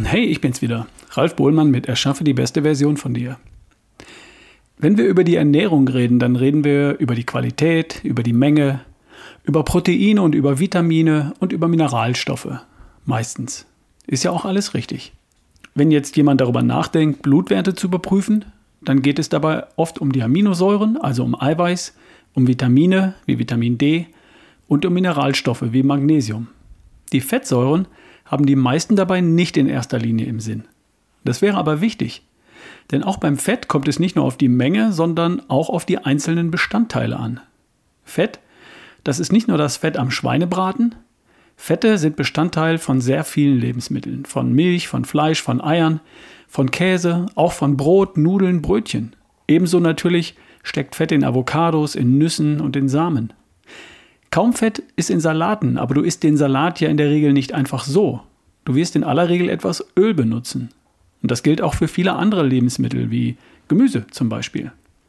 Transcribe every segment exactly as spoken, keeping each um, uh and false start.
Hey, ich bin's wieder, Ralf Bohlmann mit Erschaffe die beste Version von dir. Wenn wir über die Ernährung reden, dann reden wir über die Qualität, über die Menge, über Proteine und über Vitamine und über Mineralstoffe. Meistens. Ist ja auch alles richtig. Wenn jetzt jemand darüber nachdenkt, Blutwerte zu überprüfen, dann geht es dabei oft um die Aminosäuren, also um Eiweiß, um Vitamine wie Vitamin D und um Mineralstoffe wie Magnesium. Die Fettsäuren haben die meisten dabei nicht in erster Linie im Sinn. Das wäre aber wichtig, denn auch beim Fett kommt es nicht nur auf die Menge, sondern auch auf die einzelnen Bestandteile an. Fett, das ist nicht nur das Fett am Schweinebraten. Fette sind Bestandteil von sehr vielen Lebensmitteln, von Milch, von Fleisch, von Eiern, von Käse, auch von Brot, Nudeln, Brötchen. Ebenso natürlich steckt Fett in Avocados, in Nüssen und in Samen. Kaum Fett ist in Salaten, aber du isst den Salat ja in der Regel nicht einfach so. Du wirst in aller Regel etwas Öl benutzen. Und das gilt auch für viele andere Lebensmittel, wie Gemüse zum Beispiel.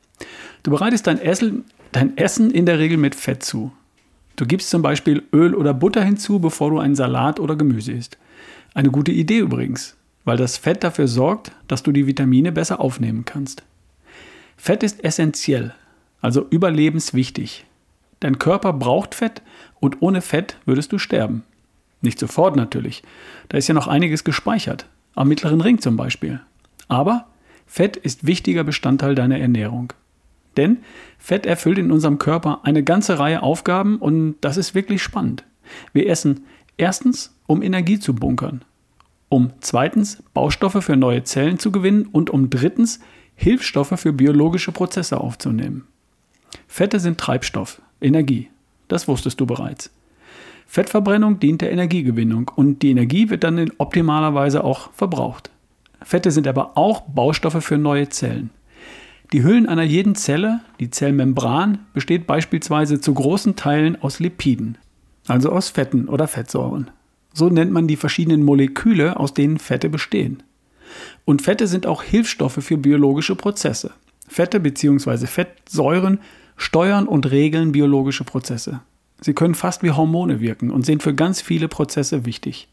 Du bereitest dein Essen, dein Essen in der Regel mit Fett zu. Du gibst zum Beispiel Öl oder Butter hinzu, bevor du einen Salat oder Gemüse isst. Eine gute Idee übrigens, weil das Fett dafür sorgt, dass du die Vitamine besser aufnehmen kannst. Fett ist essentiell, also überlebenswichtig. Dein Körper braucht Fett und ohne Fett würdest du sterben. Nicht sofort natürlich, da ist ja noch einiges gespeichert, am mittleren Ring zum Beispiel. Aber Fett ist wichtiger Bestandteil deiner Ernährung. Denn Fett erfüllt in unserem Körper eine ganze Reihe Aufgaben und das ist wirklich spannend. Wir essen erstens, um Energie zu bunkern, um zweitens Baustoffe für neue Zellen zu gewinnen und um drittens Hilfsstoffe für biologische Prozesse aufzunehmen. Fette sind Treibstoff, Energie. Das wusstest du bereits. Fettverbrennung dient der Energiegewinnung und die Energie wird dann in optimaler Weise auch verbraucht. Fette sind aber auch Baustoffe für neue Zellen. Die Hüllen einer jeden Zelle, die Zellmembran, besteht beispielsweise zu großen Teilen aus Lipiden, also aus Fetten oder Fettsäuren. So nennt man die verschiedenen Moleküle, aus denen Fette bestehen. Und Fette sind auch Hilfsstoffe für biologische Prozesse. Fette bzw. Fettsäuren steuern und regeln biologische Prozesse. Sie können fast wie Hormone wirken und sind für ganz viele Prozesse wichtig.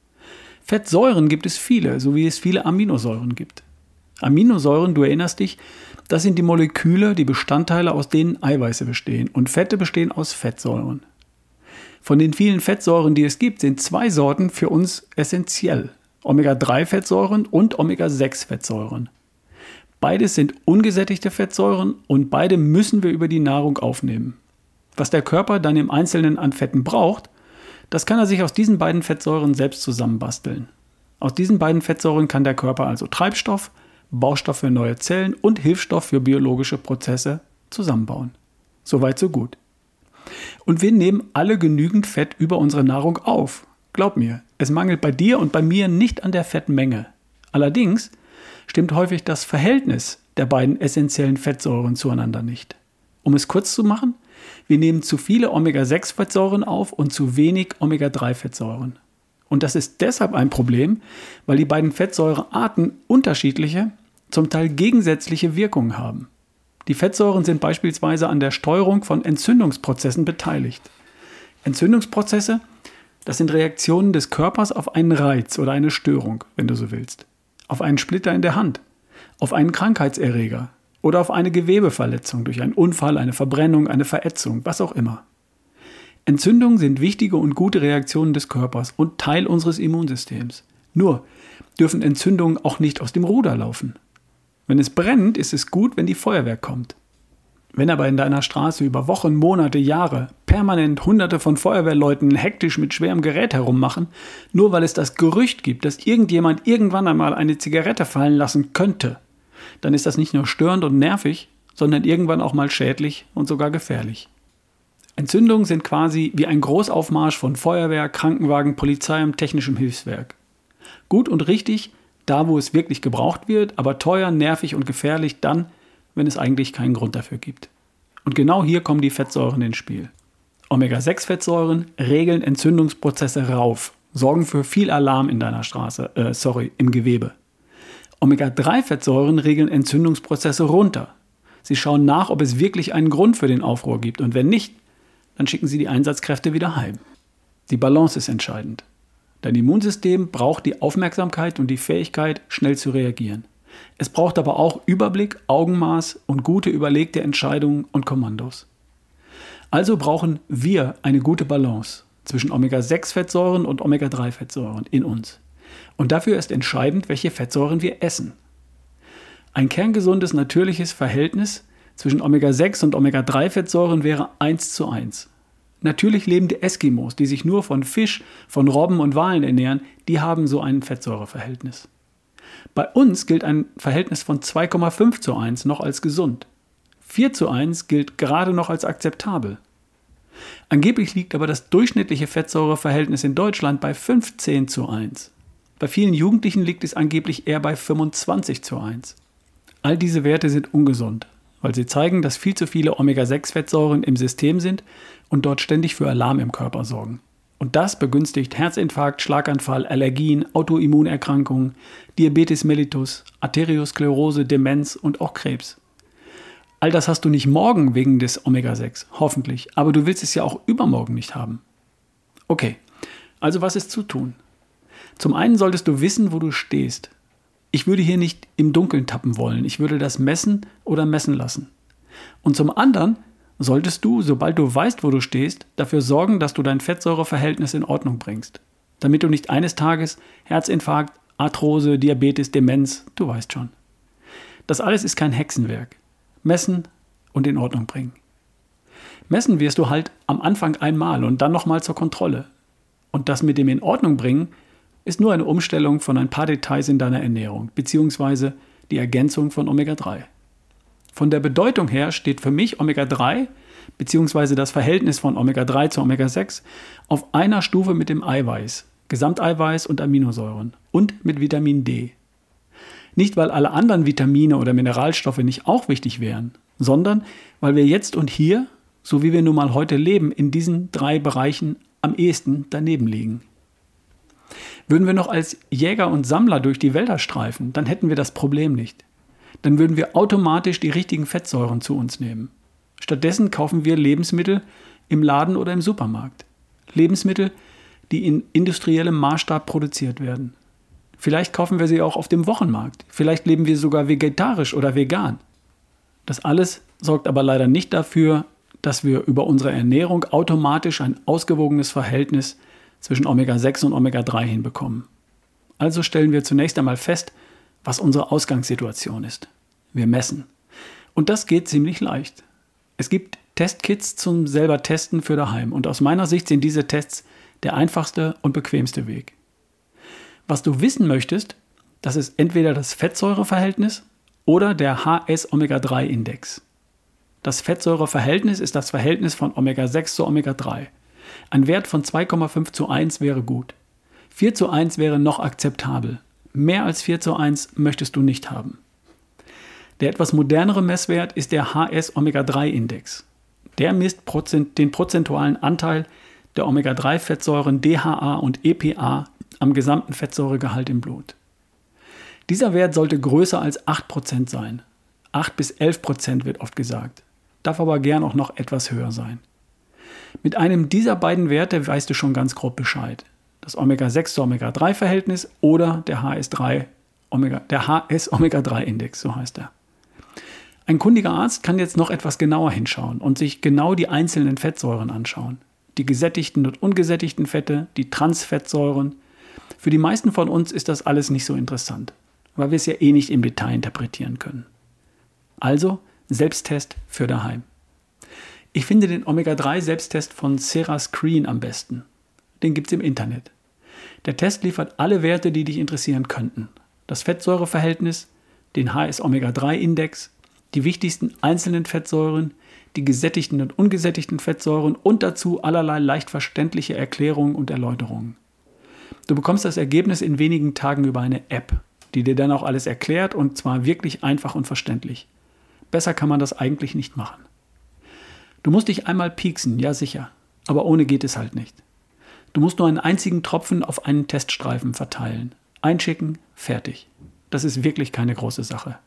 Fettsäuren gibt es viele, so wie es viele Aminosäuren gibt. Aminosäuren, du erinnerst dich, das sind die Moleküle, die Bestandteile, aus denen Eiweiße bestehen. Und Fette bestehen aus Fettsäuren. Von den vielen Fettsäuren, die es gibt, sind zwei Sorten für uns essentiell. Omega drei Fettsäuren und Omega sechs Fettsäuren. Beides sind ungesättigte Fettsäuren und beide müssen wir über die Nahrung aufnehmen. Was der Körper dann im Einzelnen an Fetten braucht, das kann er sich aus diesen beiden Fettsäuren selbst zusammenbasteln. Aus diesen beiden Fettsäuren kann der Körper also Treibstoff, Baustoff für neue Zellen und Hilfsstoff für biologische Prozesse zusammenbauen. Soweit so gut. Und wir nehmen alle genügend Fett über unsere Nahrung auf. Glaub mir, es mangelt bei dir und bei mir nicht an der Fettmenge. Allerdings stimmt häufig das Verhältnis der beiden essentiellen Fettsäuren zueinander nicht. Um es kurz zu machen, wir nehmen zu viele Omega sechs Fettsäuren auf und zu wenig Omega drei Fettsäuren. Und das ist deshalb ein Problem, weil die beiden Fettsäurearten unterschiedliche, zum Teil gegensätzliche Wirkungen haben. Die Fettsäuren sind beispielsweise an der Steuerung von Entzündungsprozessen beteiligt. Entzündungsprozesse, das sind Reaktionen des Körpers auf einen Reiz oder eine Störung, wenn du so willst. Auf einen Splitter in der Hand, auf einen Krankheitserreger oder auf eine Gewebeverletzung durch einen Unfall, eine Verbrennung, eine Verätzung, was auch immer. Entzündungen sind wichtige und gute Reaktionen des Körpers und Teil unseres Immunsystems. Nur dürfen Entzündungen auch nicht aus dem Ruder laufen. Wenn es brennt, ist es gut, wenn die Feuerwehr kommt. Wenn aber in deiner Straße über Wochen, Monate, Jahre permanent Hunderte von Feuerwehrleuten hektisch mit schwerem Gerät herummachen, nur weil es das Gerücht gibt, dass irgendjemand irgendwann einmal eine Zigarette fallen lassen könnte, dann ist das nicht nur störend und nervig, sondern irgendwann auch mal schädlich und sogar gefährlich. Entzündungen sind quasi wie ein Großaufmarsch von Feuerwehr, Krankenwagen, Polizei und technischem Hilfswerk. Gut und richtig, da wo es wirklich gebraucht wird, aber teuer, nervig und gefährlich dann, wenn es eigentlich keinen Grund dafür gibt. Und genau hier kommen die Fettsäuren ins Spiel. Omega sechs Fettsäuren regeln Entzündungsprozesse rauf, sorgen für viel Alarm in deiner Straße, äh, sorry, im Gewebe. Omega drei Fettsäuren regeln Entzündungsprozesse runter. Sie schauen nach, ob es wirklich einen Grund für den Aufruhr gibt und wenn nicht, dann schicken sie die Einsatzkräfte wieder heim. Die Balance ist entscheidend. Dein Immunsystem braucht die Aufmerksamkeit und die Fähigkeit, schnell zu reagieren. Es braucht aber auch Überblick, Augenmaß und gute überlegte Entscheidungen und Kommandos. Also brauchen wir eine gute Balance zwischen Omega sechs Fettsäuren und Omega drei Fettsäuren in uns. Und dafür ist entscheidend, welche Fettsäuren wir essen. Ein kerngesundes, natürliches Verhältnis zwischen Omega sechs und Omega drei Fettsäuren wäre eins zu eins. Natürlich lebende Eskimos, die sich nur von Fisch, von Robben und Walen ernähren, die haben so ein Fettsäureverhältnis. Bei uns gilt ein Verhältnis von zwei Komma fünf zu eins noch als gesund. vier zu eins gilt gerade noch als akzeptabel. Angeblich liegt aber das durchschnittliche Fettsäureverhältnis in Deutschland bei fünfzehn zu eins. Bei vielen Jugendlichen liegt es angeblich eher bei fünfundzwanzig zu eins. All diese Werte sind ungesund, weil sie zeigen, dass viel zu viele Omega sechs Fettsäuren im System sind und dort ständig für Alarm im Körper sorgen. Und das begünstigt Herzinfarkt, Schlaganfall, Allergien, Autoimmunerkrankungen, Diabetes mellitus, Arteriosklerose, Demenz und auch Krebs. All das hast du nicht morgen wegen des Omega sechs, hoffentlich, aber du willst es ja auch übermorgen nicht haben. Okay, also was ist zu tun? Zum einen solltest du wissen, wo du stehst. Ich würde hier nicht im Dunkeln tappen wollen, ich würde das messen oder messen lassen. Und zum anderen solltest du, sobald du weißt, wo du stehst, dafür sorgen, dass du dein Fettsäureverhältnis in Ordnung bringst, damit du nicht eines Tages Herzinfarkt, Arthrose, Diabetes, Demenz, du weißt schon. Das alles ist kein Hexenwerk. Messen und in Ordnung bringen. Messen wirst du halt am Anfang einmal und dann nochmal zur Kontrolle. Und das mit dem in Ordnung bringen ist nur eine Umstellung von ein paar Details in deiner Ernährung, beziehungsweise die Ergänzung von Omega drei. Von der Bedeutung her steht für mich Omega drei, beziehungsweise das Verhältnis von Omega drei zu Omega sechs, auf einer Stufe mit dem Eiweiß, Gesamteiweiß und Aminosäuren und mit Vitamin D. Nicht, weil alle anderen Vitamine oder Mineralstoffe nicht auch wichtig wären, sondern weil wir jetzt und hier, so wie wir nun mal heute leben, in diesen drei Bereichen am ehesten daneben liegen. Würden wir noch als Jäger und Sammler durch die Wälder streifen, dann hätten wir das Problem nicht. Dann würden wir automatisch die richtigen Fettsäuren zu uns nehmen. Stattdessen kaufen wir Lebensmittel im Laden oder im Supermarkt. Lebensmittel, die in industriellem Maßstab produziert werden. Vielleicht kaufen wir sie auch auf dem Wochenmarkt. Vielleicht leben wir sogar vegetarisch oder vegan. Das alles sorgt aber leider nicht dafür, dass wir über unsere Ernährung automatisch ein ausgewogenes Verhältnis zwischen Omega sechs und Omega drei hinbekommen. Also stellen wir zunächst einmal fest, was unsere Ausgangssituation ist. Wir messen. Und das geht ziemlich leicht. Es gibt Testkits zum selber Testen für daheim. Und aus meiner Sicht sind diese Tests der einfachste und bequemste Weg. Was du wissen möchtest, das ist entweder das Fettsäureverhältnis oder der H S Omega drei Index. Das Fettsäureverhältnis ist das Verhältnis von Omega sechs zu Omega drei. Ein Wert von zwei Komma fünf zu eins wäre gut. vier zu eins wäre noch akzeptabel. Mehr als vier zu eins möchtest du nicht haben. Der etwas modernere Messwert ist der H S Omega drei Index. Der misst Prozent, den prozentualen Anteil der Omega drei Fettsäuren D H A und E P A am gesamten Fettsäuregehalt im Blut. Dieser Wert sollte größer als acht Prozent sein. acht bis elf Prozent wird oft gesagt. Darf aber gern auch noch etwas höher sein. Mit einem dieser beiden Werte weißt du schon ganz grob Bescheid. Das Omega sechs zu Omega drei Verhältnis oder der H S drei Omega, der H S Omega drei Index, so heißt er. Ein kundiger Arzt kann jetzt noch etwas genauer hinschauen und sich genau die einzelnen Fettsäuren anschauen. Die gesättigten und ungesättigten Fette, die Transfettsäuren. Für die meisten von uns ist das alles nicht so interessant, weil wir es ja eh nicht im Detail interpretieren können. Also Selbsttest für daheim. Ich finde den Omega drei Selbsttest von Serascreen am besten. Den gibt es im Internet. Der Test liefert alle Werte, die dich interessieren könnten. Das Fettsäureverhältnis, den H S Omega drei Index, die wichtigsten einzelnen Fettsäuren, die gesättigten und ungesättigten Fettsäuren und dazu allerlei leicht verständliche Erklärungen und Erläuterungen. Du bekommst das Ergebnis in wenigen Tagen über eine App, die dir dann auch alles erklärt und zwar wirklich einfach und verständlich. Besser kann man das eigentlich nicht machen. Du musst dich einmal pieksen, ja sicher, aber ohne geht es halt nicht. Du musst nur einen einzigen Tropfen auf einen Teststreifen verteilen. Einschicken, fertig. Das ist wirklich keine große Sache.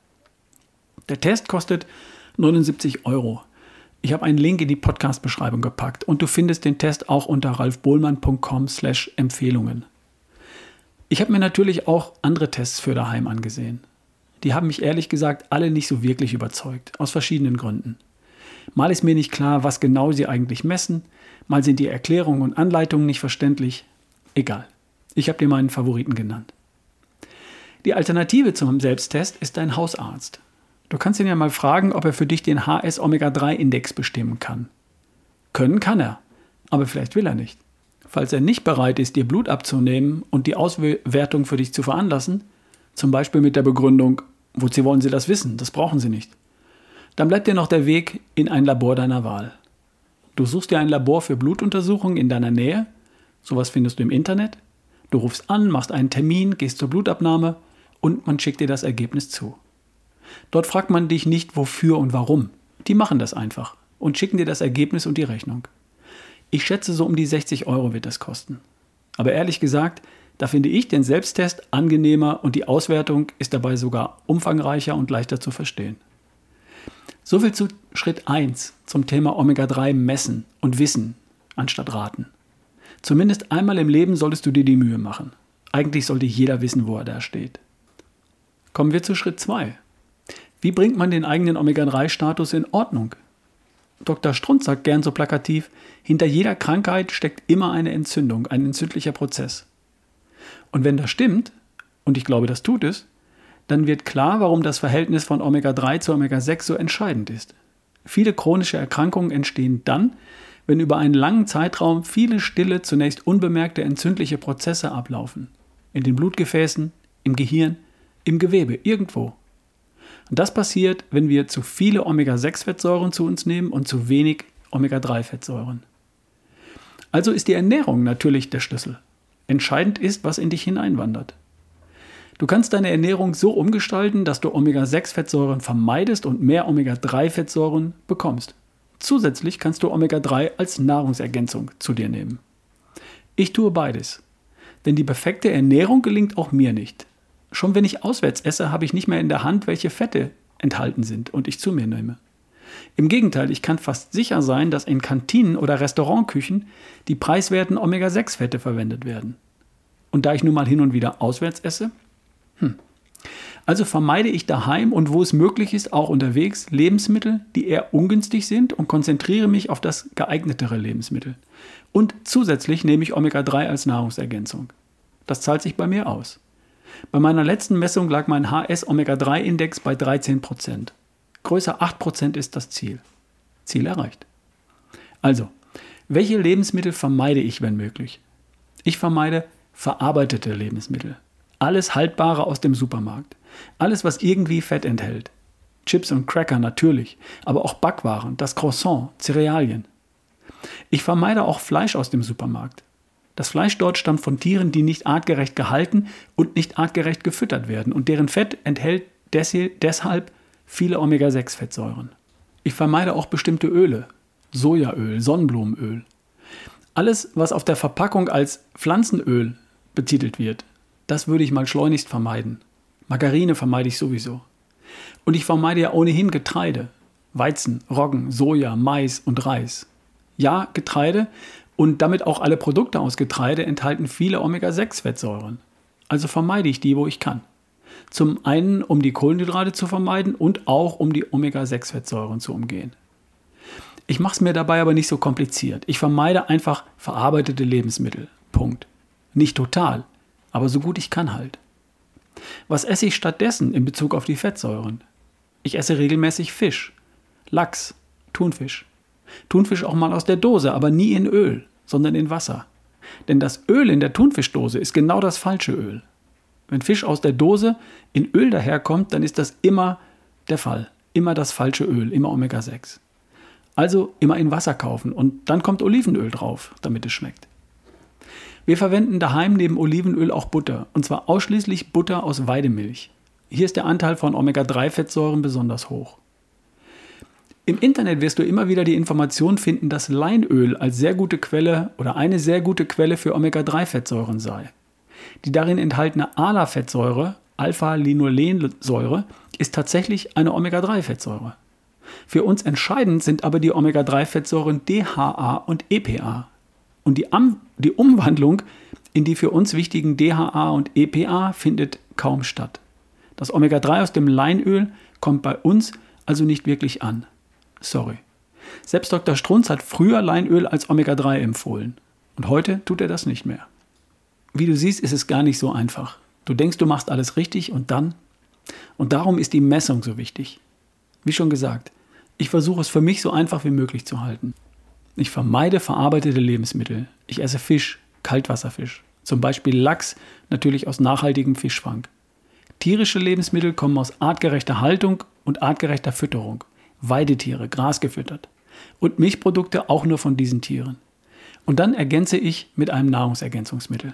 Der Test kostet neunundsiebzig Euro. Ich habe einen Link in die Podcast-Beschreibung gepackt und du findest den Test auch unter ralfbohlmann punkt com slash Empfehlungen. Ich habe mir natürlich auch andere Tests für daheim angesehen. Die haben mich ehrlich gesagt alle nicht so wirklich überzeugt, aus verschiedenen Gründen. Mal ist mir nicht klar, was genau sie eigentlich messen, mal sind die Erklärungen und Anleitungen nicht verständlich. Egal, ich habe dir meinen Favoriten genannt. Die Alternative zum Selbsttest ist dein Hausarzt. Du kannst ihn ja mal fragen, ob er für dich den H S Omega drei Index bestimmen kann. Können kann er, aber vielleicht will er nicht. Falls er nicht bereit ist, dir Blut abzunehmen und die Auswertung für dich zu veranlassen, zum Beispiel mit der Begründung, wozu wollen Sie das wissen, das brauchen Sie nicht, dann bleibt dir noch der Weg in ein Labor deiner Wahl. Du suchst dir ein Labor für Blutuntersuchungen in deiner Nähe, sowas findest du im Internet, du rufst an, machst einen Termin, gehst zur Blutabnahme und man schickt dir das Ergebnis zu. Dort fragt man dich nicht, wofür und warum. Die machen das einfach und schicken dir das Ergebnis und die Rechnung. Ich schätze, so um die sechzig Euro wird das kosten. Aber ehrlich gesagt, da finde ich den Selbsttest angenehmer und die Auswertung ist dabei sogar umfangreicher und leichter zu verstehen. Soviel zu Schritt eins zum Thema Omega drei messen und wissen anstatt raten. Zumindest einmal im Leben solltest du dir die Mühe machen. Eigentlich sollte jeder wissen, wo er da steht. Kommen wir zu Schritt zwei. Wie bringt man den eigenen Omega drei Status in Ordnung? Doktor Strunz sagt gern so plakativ, hinter jeder Krankheit steckt immer eine Entzündung, ein entzündlicher Prozess. Und wenn das stimmt, und ich glaube, das tut es, dann wird klar, warum das Verhältnis von Omega drei zu Omega sechs so entscheidend ist. Viele chronische Erkrankungen entstehen dann, wenn über einen langen Zeitraum viele stille, zunächst unbemerkte entzündliche Prozesse ablaufen. In den Blutgefäßen, im Gehirn, im Gewebe, irgendwo. Und das passiert, wenn wir zu viele Omega sechs Fettsäuren zu uns nehmen und zu wenig Omega drei Fettsäuren. Also ist die Ernährung natürlich der Schlüssel. Entscheidend ist, was in dich hineinwandert. Du kannst deine Ernährung so umgestalten, dass du Omega sechs Fettsäuren vermeidest und mehr Omega drei Fettsäuren bekommst. Zusätzlich kannst du Omega drei als Nahrungsergänzung zu dir nehmen. Ich tue beides, denn die perfekte Ernährung gelingt auch mir nicht. Schon wenn ich auswärts esse, habe ich nicht mehr in der Hand, welche Fette enthalten sind und ich zu mir nehme. Im Gegenteil, ich kann fast sicher sein, dass in Kantinen oder Restaurantküchen die preiswerten Omega sechs Fette verwendet werden. Und da ich nun mal hin und wieder auswärts esse, hm. Also vermeide ich daheim und wo es möglich ist, auch unterwegs, Lebensmittel, die eher ungünstig sind und konzentriere mich auf das geeignetere Lebensmittel. Und zusätzlich nehme ich Omega drei als Nahrungsergänzung. Das zahlt sich bei mir aus. Bei meiner letzten Messung lag mein H S Omega drei Index bei dreizehn Prozent. Größer acht Prozent ist das Ziel. Ziel erreicht. Also, welche Lebensmittel vermeide ich, wenn möglich? Ich vermeide verarbeitete Lebensmittel. Alles Haltbare aus dem Supermarkt. Alles, was irgendwie Fett enthält. Chips und Cracker natürlich, aber auch Backwaren, das Croissant, Cerealien. Ich vermeide auch Fleisch aus dem Supermarkt. Das Fleisch dort stammt von Tieren, die nicht artgerecht gehalten und nicht artgerecht gefüttert werden und deren Fett enthält deshalb viele Omega sechs Fettsäuren. Ich vermeide auch bestimmte Öle, Sojaöl, Sonnenblumenöl. Alles, was auf der Verpackung als Pflanzenöl betitelt wird, das würde ich mal schleunigst vermeiden. Margarine vermeide ich sowieso. Und ich vermeide ja ohnehin Getreide, Weizen, Roggen, Soja, Mais und Reis. Ja, Getreide und damit auch alle Produkte aus Getreide enthalten viele Omega sechs Fettsäuren. Also vermeide ich die, wo ich kann. Zum einen, um die Kohlenhydrate zu vermeiden und auch, um die Omega sechs Fettsäuren zu umgehen. Ich mache es mir dabei aber nicht so kompliziert. Ich vermeide einfach verarbeitete Lebensmittel. Punkt. Nicht total, aber so gut ich kann halt. Was esse ich stattdessen in Bezug auf die Fettsäuren? Ich esse regelmäßig Fisch, Lachs, Thunfisch. Thunfisch auch mal aus der Dose, aber nie in Öl, sondern in Wasser. Denn das Öl in der Thunfischdose ist genau das falsche Öl. Wenn Fisch aus der Dose in Öl daherkommt, dann ist das immer der Fall. Immer das falsche Öl, immer Omega sechs. Also immer in Wasser kaufen und dann kommt Olivenöl drauf, damit es schmeckt. Wir verwenden daheim neben Olivenöl auch Butter, und zwar ausschließlich Butter aus Weidemilch. Hier ist der Anteil von Omega drei Fettsäuren besonders hoch. Im Internet wirst du immer wieder die Information finden, dass Leinöl als sehr gute Quelle oder eine sehr gute Quelle für Omega drei Fettsäuren sei. Die darin enthaltene A L A-Fettsäure, Alpha-Linolensäure, ist tatsächlich eine Omega drei Fettsäure. Für uns entscheidend sind aber die Omega drei Fettsäuren D H A und E P A. Und die, Am- die Umwandlung in die für uns wichtigen D H A und E P A findet kaum statt. Das Omega drei aus dem Leinöl kommt bei uns also nicht wirklich an. Sorry. Selbst Doktor Strunz hat früher Leinöl als Omega drei empfohlen. Und heute tut er das nicht mehr. Wie du siehst, ist es gar nicht so einfach. Du denkst, du machst alles richtig und dann? Und darum ist die Messung so wichtig. Wie schon gesagt, ich versuche es für mich so einfach wie möglich zu halten. Ich vermeide verarbeitete Lebensmittel. Ich esse Fisch, Kaltwasserfisch. Zum Beispiel Lachs, natürlich aus nachhaltigem Fischfang. Tierische Lebensmittel kommen aus artgerechter Haltung und artgerechter Fütterung. Weidetiere, Gras gefüttert. Und Milchprodukte auch nur von diesen Tieren. Und dann ergänze ich mit einem Nahrungsergänzungsmittel.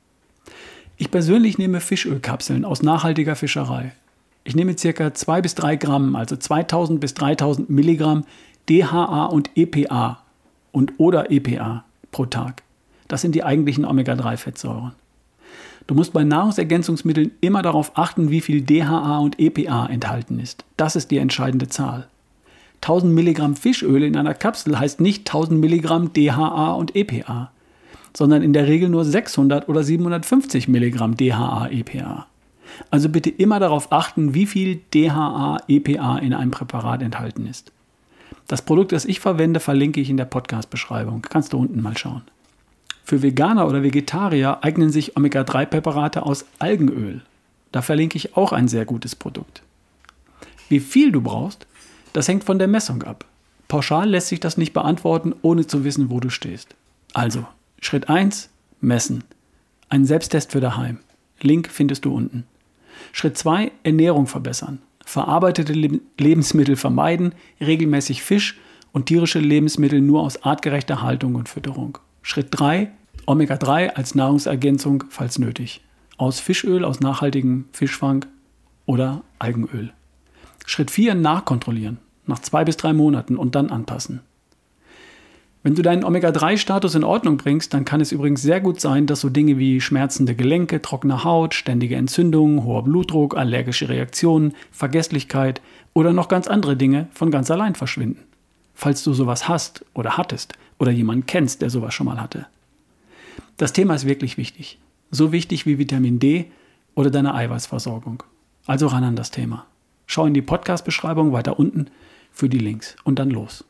Ich persönlich nehme Fischölkapseln aus nachhaltiger Fischerei. Ich nehme ca. zwei bis drei Gramm, also zweitausend bis dreitausend Milligramm D H A und E P A und oder E P A pro Tag. Das sind die eigentlichen Omega drei Fettsäuren. Du musst bei Nahrungsergänzungsmitteln immer darauf achten, wie viel D H A und E P A enthalten ist. Das ist die entscheidende Zahl. tausend Milligramm Fischöl in einer Kapsel heißt nicht tausend Milligramm D H A und E P A, sondern in der Regel nur sechshundert oder siebenhundertfünfzig Milligramm D H A, E P A. Also bitte immer darauf achten, wie viel D H A, E P A in einem Präparat enthalten ist. Das Produkt, das ich verwende, verlinke ich in der Podcast-Beschreibung. Kannst du unten mal schauen. Für Veganer oder Vegetarier eignen sich Omega drei Präparate aus Algenöl. Da verlinke ich auch ein sehr gutes Produkt. Wie viel du brauchst, das hängt von der Messung ab. Pauschal lässt sich das nicht beantworten, ohne zu wissen, wo du stehst. Also, Schritt eins, messen. Ein Selbsttest für daheim. Link findest du unten. Schritt zwei, Ernährung verbessern. Verarbeitete Le- Lebensmittel vermeiden, regelmäßig Fisch und tierische Lebensmittel nur aus artgerechter Haltung und Fütterung. Schritt drei, Omega drei als Nahrungsergänzung, falls nötig. Aus Fischöl, aus nachhaltigem Fischfang oder Algenöl. Schritt vier, nachkontrollieren. Nach zwei bis drei Monaten und dann anpassen. Wenn du deinen Omega drei Status in Ordnung bringst, dann kann es übrigens sehr gut sein, dass so Dinge wie schmerzende Gelenke, trockene Haut, ständige Entzündungen, hoher Blutdruck, allergische Reaktionen, Vergesslichkeit oder noch ganz andere Dinge von ganz allein verschwinden. Falls du sowas hast oder hattest oder jemanden kennst, der sowas schon mal hatte. Das Thema ist wirklich wichtig. So wichtig wie Vitamin D oder deine Eiweißversorgung. Also ran an das Thema. Schau in die Podcast-Beschreibung weiter unten für die Links und dann los.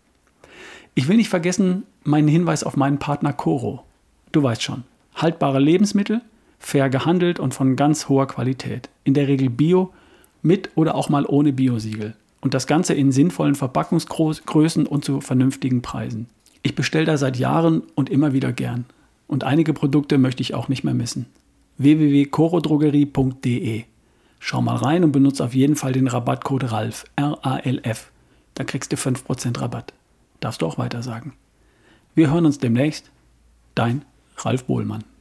Ich will nicht vergessen meinen Hinweis auf meinen Partner Coro. Du weißt schon, haltbare Lebensmittel, fair gehandelt und von ganz hoher Qualität. In der Regel Bio, mit oder auch mal ohne Biosiegel. Und das Ganze in sinnvollen Verpackungsgrößen und zu vernünftigen Preisen. Ich bestelle da seit Jahren und immer wieder gern. Und einige Produkte möchte ich auch nicht mehr missen. w w w punkt corodrogerie punkt d e. Schau mal rein und benutze auf jeden Fall den Rabattcode RALF, R A L F. Dann kriegst du fünf Prozent Rabatt. Darfst du auch weiter sagen. Wir hören uns demnächst. Dein Ralf Bohlmann.